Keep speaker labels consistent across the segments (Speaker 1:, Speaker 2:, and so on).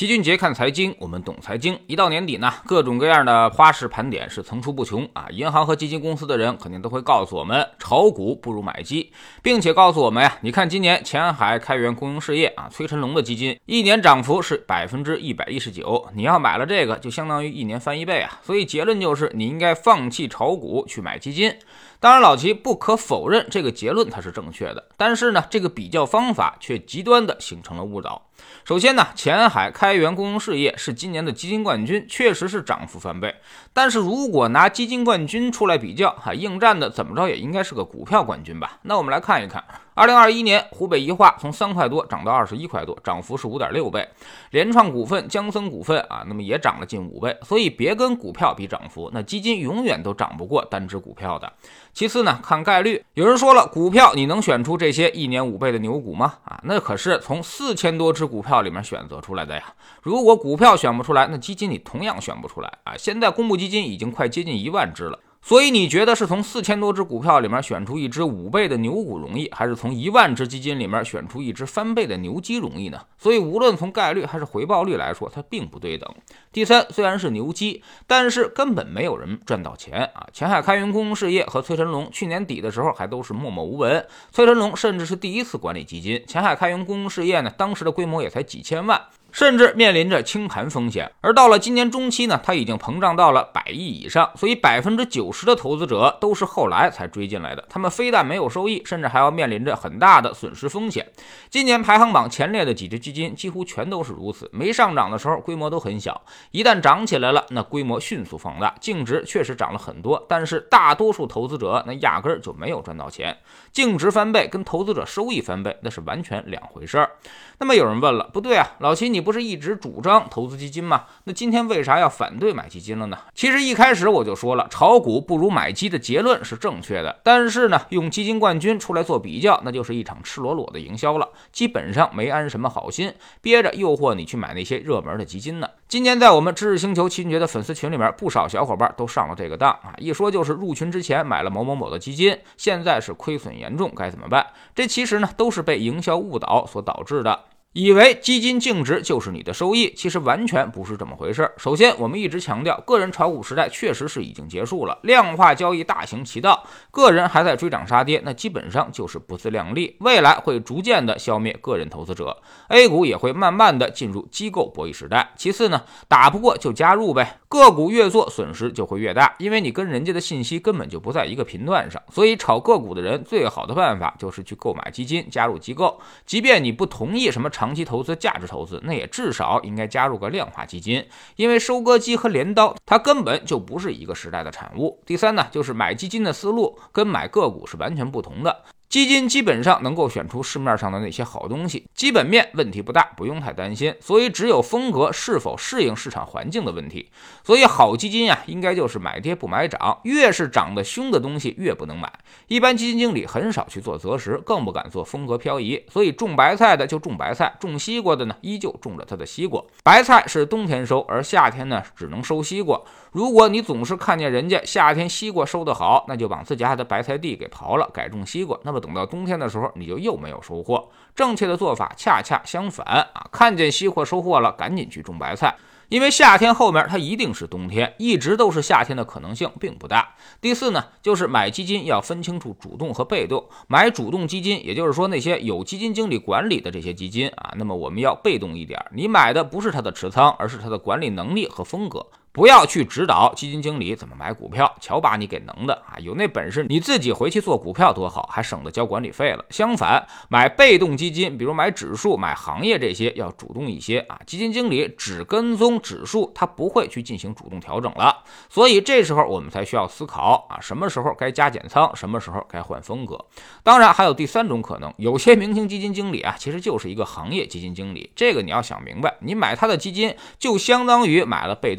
Speaker 1: 齐俊杰看财经，我们懂财经。一到年底呢，各种各样的花式盘点是层出不穷啊。银行和基金公司的人肯定都会告诉我们，炒股不如买基，并且告诉我们呀，你看今年前海开源公用事业啊，崔晨龙的基金一年涨幅是119%，你要买了这个，就相当于一年翻1倍啊。所以结论就是，你应该放弃炒股去买基金。当然，老齐不可否认这个结论它是正确的，但是呢，这个比较方法却极端的形成了误导。首先呢，前海开源公用事业是今年的基金冠军，确实是涨幅翻倍。但是如果拿基金冠军出来比较，应战的怎么着也应该是个股票冠军吧？那我们来看一看，2021年湖北宜化从3块多涨到21块多，涨幅是5.6倍。联创股份、江森股份啊，那么也涨了近5倍。所以别跟股票比涨幅，那基金永远都涨不过单只股票的。其次呢，看概率。有人说了，股票你能选出这些1年5倍的牛股吗？那可是从4000多只股票里面选择出来的呀。如果股票选不出来，那基金你同样选不出来啊。现在公募基金已经快接近1万只了。所以你觉得是从4000多只股票里面选出一只5倍的牛股容易，还是从1万只基金里面选出一只翻倍的牛基容易呢？所以无论从概率还是回报率来说，它并不对等。第三，虽然是牛基，但是根本没有人赚到钱啊！前海开源公用事业和崔晨龙去年底的时候还都是默默无闻，崔晨龙甚至是第一次管理基金，前海开源公用事业呢，当时的规模也才几千万。甚至面临着清盘风险，而到了今年中期呢，它已经膨胀到了100亿以上，所以90%的投资者都是后来才追进来的，他们非但没有收益，甚至还要面临着很大的损失风险。今年排行榜前列的几只基金几乎全都是如此，没上涨的时候规模都很小，一旦涨起来了，那规模迅速放大，净值确实涨了很多，但是大多数投资者那压根就没有赚到钱，净值翻倍跟投资者收益翻倍那是完全两回事儿。那么有人问了，不对啊，老齐你不是一直主张投资基金吗？那今天为啥要反对买基金了呢？其实一开始我就说了，炒股不如买基的结论是正确的，但是呢，用基金冠军出来做比较，那就是一场赤裸裸的营销了，基本上没安什么好心，憋着诱惑你去买那些热门的基金呢。今年在我们知识星球齐俊杰的粉丝群里面，不少小伙伴都上了这个当啊，一说就是入群之前买了某某某的基金，现在是亏损严重，该怎么办？这其实呢都是被营销误导所导致的。以为基金净值就是你的收益，其实完全不是这么回事。首先，我们一直强调，个人炒股时代确实是已经结束了，量化交易大行其道，个人还在追涨杀跌，那基本上就是不自量力，未来会逐渐的消灭个人投资者， A 股也会慢慢的进入机构博弈时代。其次呢，打不过就加入呗，个股越做损失就会越大，因为你跟人家的信息根本就不在一个频段上，所以炒个股的人最好的办法就是去购买基金，加入机构，即便你不同意什么长期投资、价值投资，那也至少应该加入个量化基金，因为收割机和镰刀它根本就不是一个时代的产物。第三呢，就是买基金的思路跟买个股是完全不同的。基金基本上能够选出市面上的那些好东西，基本面问题不大，不用太担心，所以只有风格是否适应市场环境的问题。所以好基金应该就是买跌不买涨，越是涨得凶的东西越不能买。一般基金经理很少去做择时，更不敢做风格漂移，所以种白菜的就种白菜，种西瓜的呢依旧种着他的西瓜。白菜是冬天收，而夏天呢只能收西瓜。如果你总是看见人家夏天西瓜收得好，那就把自家的白菜地给刨了，改种西瓜，那么等到冬天的时候你就又没有收获。正确的做法恰恰相反啊！看见西瓜收获了，赶紧去种白菜，因为夏天后面它一定是冬天，一直都是夏天的可能性并不大。第四呢，就是买基金要分清楚主动和被动。买主动基金，也就是说那些有基金经理管理的这些基金啊，那么我们要被动一点，你买的不是它的持仓，而是它的管理能力和风格。不要去指导基金经理怎么买股票，瞧把你给能的啊！有那本事你自己回去做股票多好，还省得交管理费了。相反，买被动基金，比如买指数、买行业这些要主动一些啊。基金经理只跟踪指数，他不会去进行主动调整了。所以这时候我们才需要思考啊，什么时候该加减仓，什么时候该换风格。当然还有第三种可能，有些明星基金经理啊，其实就是一个行业基金经理，这个你要想明白，你买他的基金就相当于买了被动的行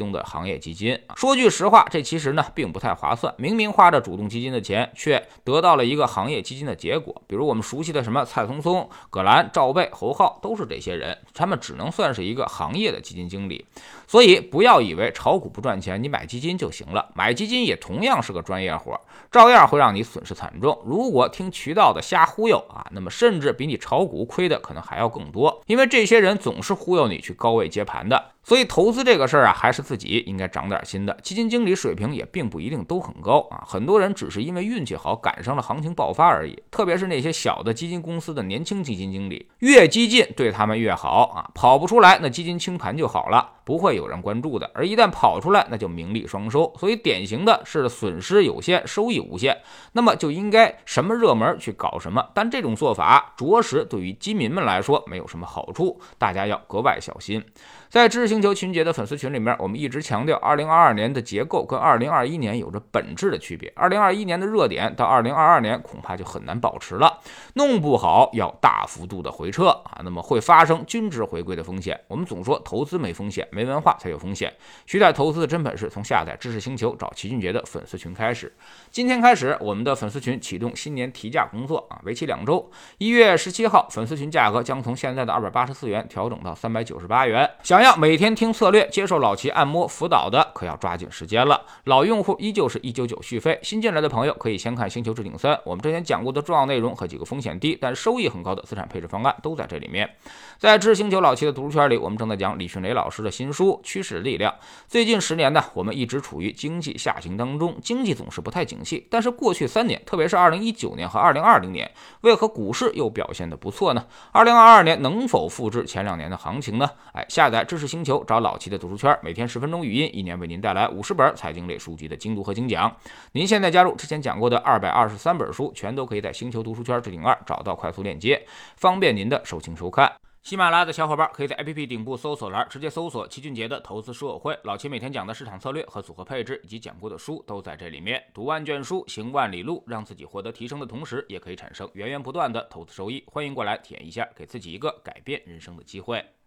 Speaker 1: 行业基金。说句实话，这其实呢并不太划算，明明花着主动基金的钱，却得到了一个行业基金的结果。比如我们熟悉的什么蔡松松、葛兰、赵贝、侯浩，都是这些人，他们只能算是一个行业的基金经理。所以不要以为炒股不赚钱，你买基金就行了，买基金也同样是个专业活，照样会让你损失惨重。如果听渠道的瞎忽悠啊，那么甚至比你炒股亏的可能还要更多，因为这些人总是忽悠你去高位接盘的。所以投资这个事儿啊，还是自己应该长点心的。基金经理水平也并不一定都很高啊，很多人只是因为运气好赶上了行情爆发而已。特别是那些小的基金公司的年轻基金经理，越激进对他们越好啊，跑不出来那基金清盘就好了，不会有人关注的。而一旦跑出来，那就名利双收。所以典型的是损失有限，收益无限，那么就应该什么热门去搞什么。但这种做法着实对于基民们来说没有什么好处，大家要格外小心。在知识星球群姐的粉丝群里面，我们一直强调2022年的结构跟2021年有着本质的区别。2021年的热点到2022年恐怕就很难保持了，弄不好要大幅度的回撤啊，那么会发生均值回归的风险。我们总说投资没风险，没文化才有风险。学点投资的真本事，从下载知识星球找齐俊杰的粉丝群开始。今天开始，我们的粉丝群启动新年提价工作啊，为期2周。1月17号，粉丝群价格将从现在的284元调整到398元。想要每天听策略，接受老齐按摩辅导的，可要抓紧时间了。老用户依旧是199续费，新进来的朋友可以先看《星球置顶3》，我们之前讲过的重要内容和几个风险低但收益很高的资产配置方案都在这里面。在知识星球老齐的读书圈里，我们正在讲李迅雷老师的新书《趋势力量》。最近10年呢，我们一直处于经济下行当中，经济总是不太景气。但是过去3年，特别是2019年和2020年，为何股市又表现得不错呢？2022年能否复制前2年的行情呢？下载知识星球，找老齐的读书圈，每天10分钟语音，1年为您带来50本财经类书籍的精读和精讲。您现在加入之前讲过的223本书，全都可以在星球读书圈置顶2找到快速链接，方便您的收听收看。喜马拉雅的小伙伴可以在 APP 顶部搜索栏直接搜索齐俊杰的投资书友会，老齐每天讲的市场策略和组合配置以及讲过的书都在这里面。读万卷书，行万里路，让自己获得提升的同时，也可以产生源源不断的投资收益。欢迎过来体验一下，给自己一个改变人生的机会。